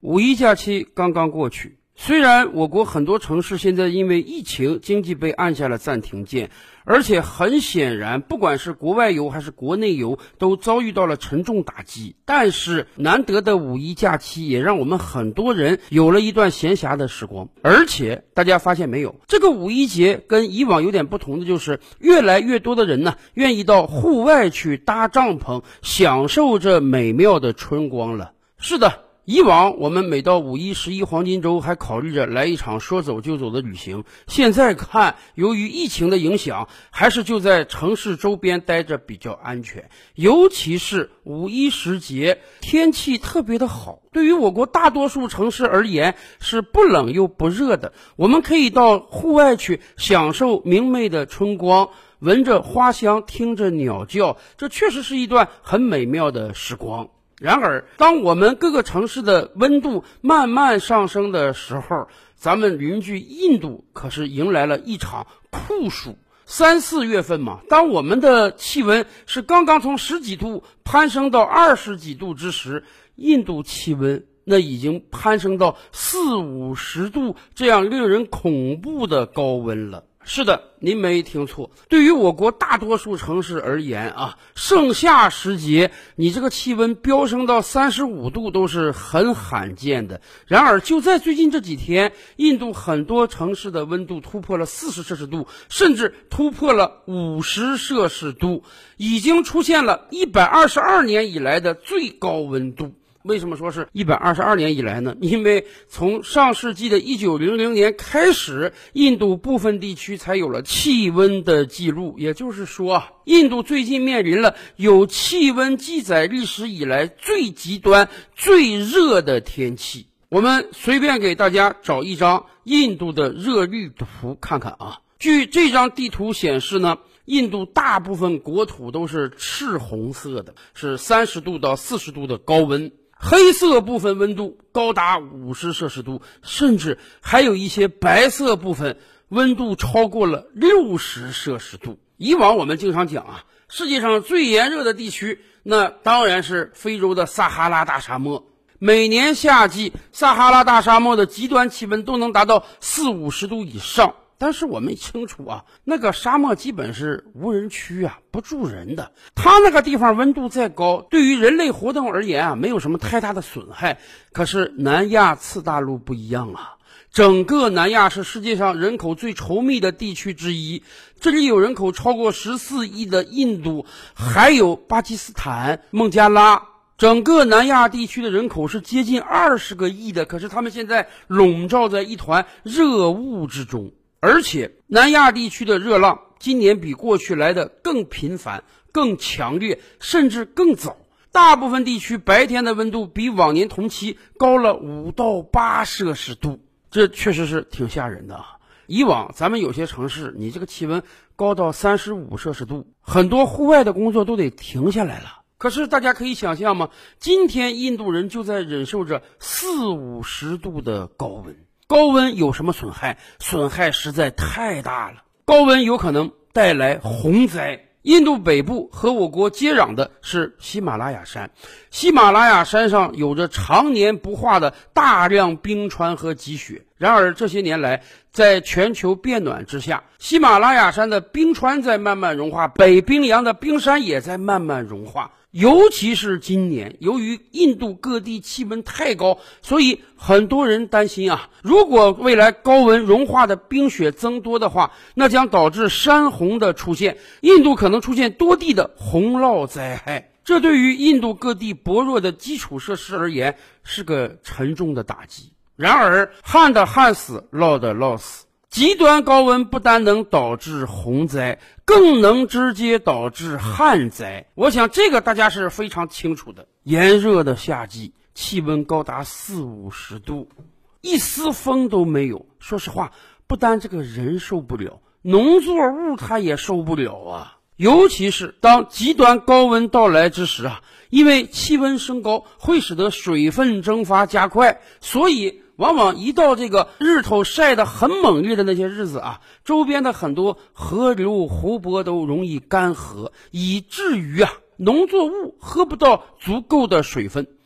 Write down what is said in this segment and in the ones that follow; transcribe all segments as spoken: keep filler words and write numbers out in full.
五一假期刚刚过去，虽然我国很多城市现在因为疫情经济被按下了暂停键，而且很显然不管是国外游还是国内游都遭遇到了沉重打击，但是难得的五一假期也让我们很多人有了一段闲暇的时光。而且大家发现没有，这个五一节跟以往有点不同的就是越来越多的人呢愿意到户外去搭帐篷，享受这美妙的春光了。是的，以往我们每到五一十一黄金周还考虑着来一场说走就走的旅行，现在看由于疫情的影响，还是就在城市周边待着比较安全。尤其是五一时节天气特别的好，对于我国大多数城市而言是不冷又不热的，我们可以到户外去享受明媚的春光，闻着花香，听着鸟叫，这确实是一段很美妙的时光。然而当我们各个城市的温度慢慢上升的时候，咱们邻居印度可是迎来了一场酷暑。三四月份嘛，当我们的气温是刚刚从十几度攀升到二十几度之时，印度气温那已经攀升到四五十度，这样令人恐怖的高温了。是的，您没听错，对于我国大多数城市而言啊，盛夏时节你这个气温飙升到三十五度都是很罕见的。然而就在最近这几天，印度很多城市的温度突破了四十摄氏度，甚至突破了五十摄氏度，已经出现了一百二十二年以来的最高温度。为什么说是一百二十二年以来呢？因为从上世纪的一九零零年开始，印度部分地区才有了气温的记录。也就是说啊，印度最近面临了有气温记载历史以来最极端最热的天气。我们随便给大家找一张印度的热绿图看看啊。据这张地图显示呢，印度大部分国土都是赤红色的，是三十度到四十度的高温。黑色部分温度高达五十摄氏度，甚至还有一些白色部分温度超过了六十摄氏度。以往我们经常讲啊，世界上最炎热的地区那当然是非洲的撒哈拉大沙漠。每年夏季撒哈拉大沙漠的极端气温都能达到四五十度以上。但是我们清楚啊，那个沙漠基本是无人区啊，不住人的。它那个地方温度再高，对于人类活动而言啊，没有什么太大的损害。可是南亚次大陆不一样啊，整个南亚是世界上人口最稠密的地区之一，这里有人口超过十四亿的印度，还有巴基斯坦、孟加拉。整个南亚地区的人口是接近二十个亿的，可是他们现在笼罩在一团热雾之中。而且南亚地区的热浪今年比过去来的更频繁、更强烈，甚至更早。大部分地区白天的温度比往年同期高了五到八摄氏度，这确实是挺吓人的啊。以往咱们有些城市你这个气温高到三十五摄氏度，很多户外的工作都得停下来了。可是大家可以想象吗？今天印度人就在忍受着四五十度的高温。高温有什么损害？损害实在太大了。高温有可能带来洪灾。印度北部和我国接壤的是喜马拉雅山，喜马拉雅山上有着常年不化的大量冰川和积雪。然而这些年来，在全球变暖之下，喜马拉雅山的冰川在慢慢融化，北冰洋的冰山也在慢慢融化。尤其是今年，由于印度各地气温太高，所以很多人担心啊，如果未来高温融化的冰雪增多的话，那将导致山洪的出现，印度可能出现多地的洪涝灾害。这对于印度各地薄弱的基础设施而言是个沉重的打击。然而旱的旱死，涝的涝死。极端高温不单能导致洪灾，更能直接导致旱灾。我想这个大家是非常清楚的。炎热的夏季，气温高达四五十度，一丝风都没有。说实话，不单这个人受不了，农作物它也受不了啊。尤其是当极端高温到来之时啊，因为气温升高会使得水分蒸发加快，所以往往一到这个日头晒得很猛烈的那些日子啊，周边的很多河流湖泊都容易干涸，以至于啊农作物喝不到足够的水分。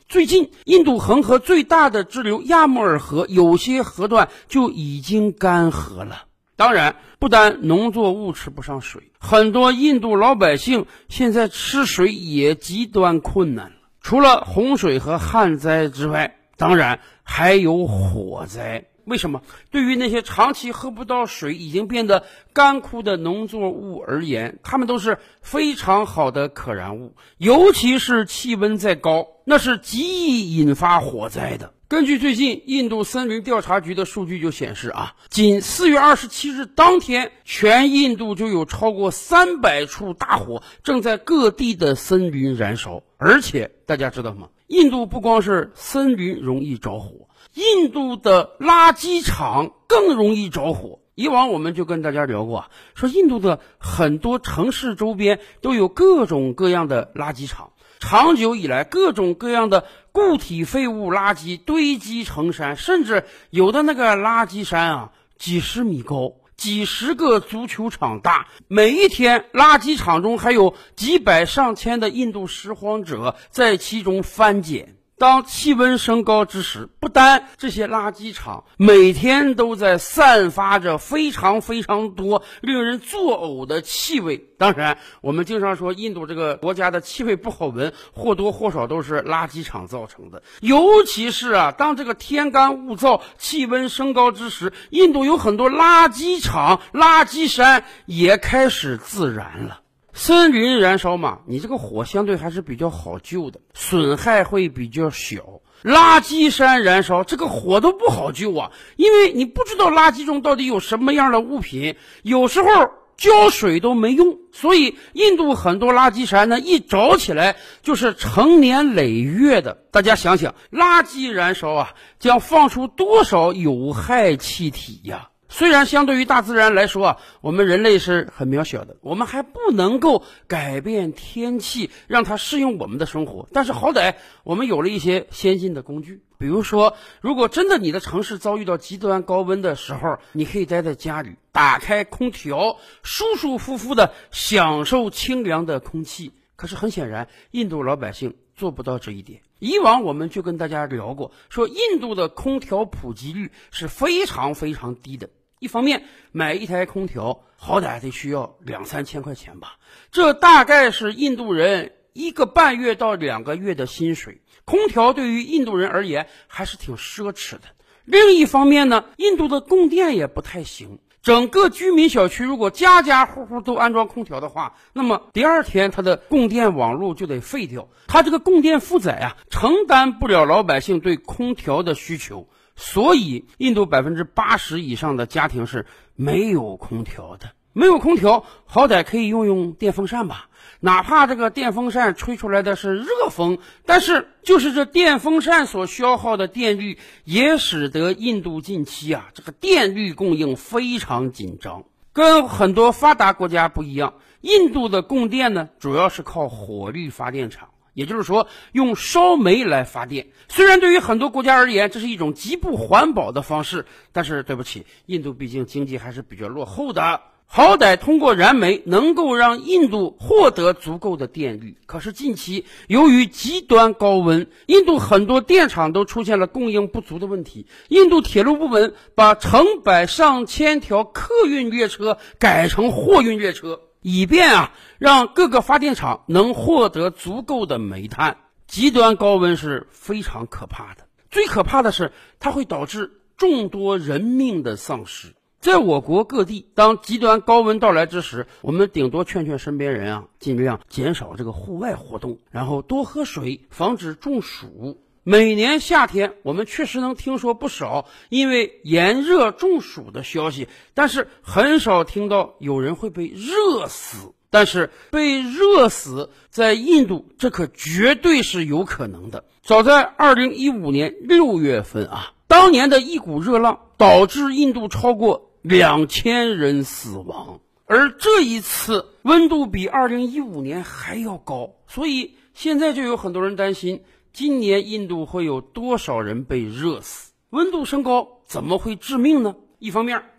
最近，印度恒河最大的支流亚穆尔河有些河段就已经干涸了。当然，不单农作物吃不上水，很多印度老百姓现在吃水也极端困难了。除了洪水和旱灾之外，当然还有火灾。为什么？对于那些长期喝不到水、已经变得干枯的农作物而言，它们都是非常好的可燃物，尤其是气温再高，那是极易引发火灾的。根据最近印度森林调查局的数据就显示啊，仅四月二十七日当天，全印度就有超过三百处大火正在各地的森林燃烧。而且大家知道吗？印度不光是森林容易着火，印度的垃圾场更容易着火。以往我们就跟大家聊过啊，说印度的很多城市周边都有各种各样的垃圾场，长久以来各种各样的固体废物垃圾堆积成山，甚至有的那个垃圾山啊几十米高，几十个足球场大，每一天垃圾场中还有几百上千的印度拾荒者在其中翻捡。当气温升高之时，不单这些垃圾场每天都在散发着非常非常多令人作呕的气味。当然，我们经常说印度这个国家的气味不好闻，或多或少都是垃圾场造成的。尤其是啊，当这个天干物燥、气温升高之时，印度有很多垃圾场、垃圾山也开始自燃了。森林燃烧嘛，你这个火相对还是比较好救的，损害会比较小。垃圾山燃烧，这个火都不好救啊，因为你不知道垃圾中到底有什么样的物品，有时候浇水都没用。所以印度很多垃圾山呢，一着起来就是成年累月的。大家想想，垃圾燃烧啊，将放出多少有害气体呀！虽然相对于大自然来说啊，我们人类是很渺小的，我们还不能够改变天气，让它适应我们的生活，但是好歹我们有了一些先进的工具。比如说，如果真的你的城市遭遇到极端高温的时候，你可以待在家里，打开空调，舒舒服服的享受清凉的空气。可是很显然，印度老百姓做不到这一点。以往我们就跟大家聊过，说印度的空调普及率是非常非常低的。一方面，买一台空调好歹得需要两三千块钱吧，这大概是印度人一个半月到两个月的薪水。空调对于印度人而言还是挺奢侈的。另一方面呢，印度的供电也不太行。整个居民小区如果家家户户都安装空调的话，那么第二天它的供电网络就得废掉，它这个供电负载啊，承担不了老百姓对空调的需求。所以印度百分之八十以上的家庭是没有空调的。没有空调好歹可以用用电风扇吧，哪怕这个电风扇吹出来的是热风，但是就是这电风扇所消耗的电力，也使得印度近期啊这个电力供应非常紧张。跟很多发达国家不一样，印度的供电呢主要是靠火力发电厂，也就是说用烧煤来发电。虽然对于很多国家而言这是一种极不环保的方式，但是对不起，印度毕竟经济还是比较落后的，好歹通过燃煤能够让印度获得足够的电力。可是近期由于极端高温，印度很多电厂都出现了供应不足的问题。印度铁路部门把成百上千条客运列车改成货运列车，以便啊让各个发电厂能获得足够的煤炭。极端高温是非常可怕的，最可怕的是它会导致众多人命的丧失。在我国各地，当极端高温到来之时，我们顶多劝劝身边人啊，尽量减少这个户外活动，然后多喝水，防止中暑。每年夏天我们确实能听说不少因为炎热中暑的消息，但是很少听到有人会被热死。但是被热死在印度这可绝对是有可能的。早在二零一五年六月份啊，当年的一股热浪导致印度超过两千人死亡，而这一次温度比二零一五年还要高，所以现在就有很多人担心今年印度会有多少人被热死。温度升高怎么会致命呢？一方面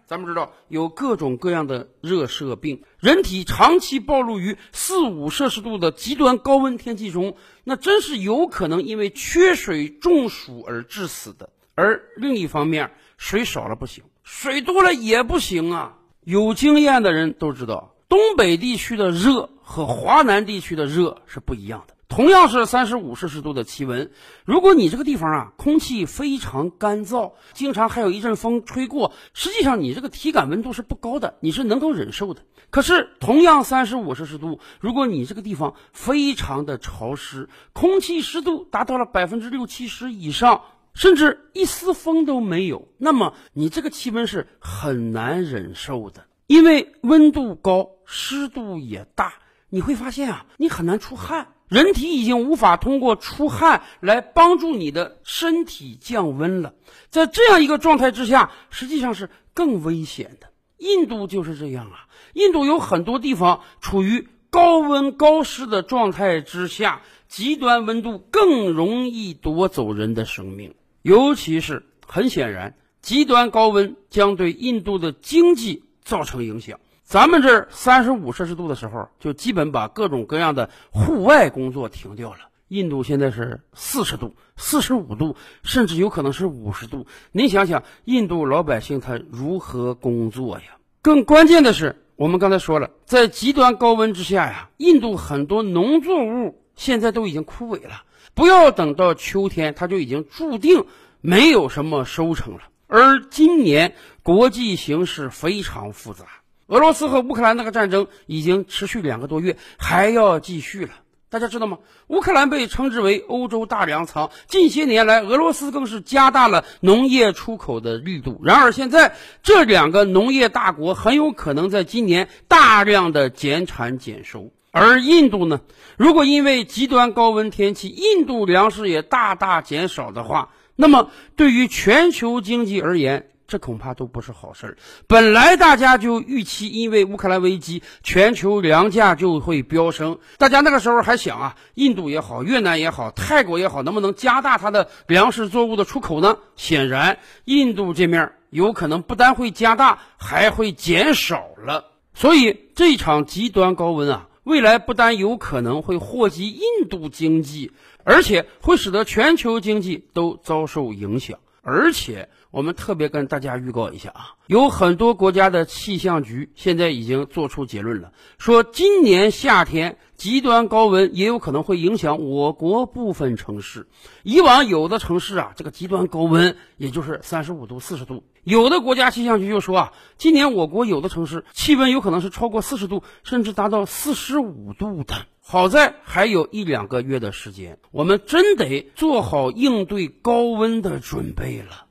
咱们知道有各种各样的热射病，人体长期暴露于四五摄氏度的极端高温天气中，那真是有可能因为缺水中暑而致死的。而另一方面，水少了不行，水多了也不行啊。有经验的人都知道，东北地区的热和华南地区的热是不一样的。同样是三十五摄氏度的气温，如果你这个地方啊空气非常干燥，经常还有一阵风吹过，实际上你这个体感温度是不高的，你是能够忍受的。可是同样三十五摄氏度，如果你这个地方非常的潮湿，空气湿度达到了百分之六七十以上，甚至一丝风都没有，那么你这个气温是很难忍受的。因为温度高，湿度也大，你会发现啊，你很难出汗。人体已经无法通过出汗来帮助你的身体降温了，在这样一个状态之下，实际上是更危险的。印度就是这样啊，印度有很多地方处于高温高湿的状态之下，极端温度更容易夺走人的生命。尤其是很显然，极端高温将对印度的经济造成影响。咱们这儿三十五摄氏度的时候，就基本把各种各样的户外工作停掉了。印度现在是四十度、四十五度，甚至有可能是五十度。您想想，印度老百姓他如何工作呀？更关键的是，我们刚才说了，在极端高温之下呀，印度很多农作物现在都已经枯萎了，不要等到秋天，它就已经注定没有什么收成了。而今年国际形势非常复杂。俄罗斯和乌克兰那个战争已经持续两个多月，还要继续了。大家知道吗？乌克兰被称之为欧洲大粮仓，近些年来俄罗斯更是加大了农业出口的力度。然而现在这两个农业大国很有可能在今年大量的减产减收。而印度呢，如果因为极端高温天气，印度粮食也大大减少的话，那么对于全球经济而言，这恐怕都不是好事。本来大家就预期因为乌克兰危机，全球粮价就会飙升。大家那个时候还想啊，印度也好，越南也好，泰国也好，能不能加大它的粮食作物的出口呢？显然，印度这面有可能不但会加大，还会减少了。所以这场极端高温啊，未来不但有可能会祸及印度经济，而且会使得全球经济都遭受影响。而且我们特别跟大家预告一下啊，有很多国家的气象局现在已经做出结论了，说今年夏天极端高温也有可能会影响我国部分城市。以往有的城市啊，这个极端高温也就是三十五度、四十度。有的国家气象局就说啊，今年我国有的城市气温有可能是超过四十度，甚至达到四十五度的。好在还有一两个月的时间，我们真得做好应对高温的准备了。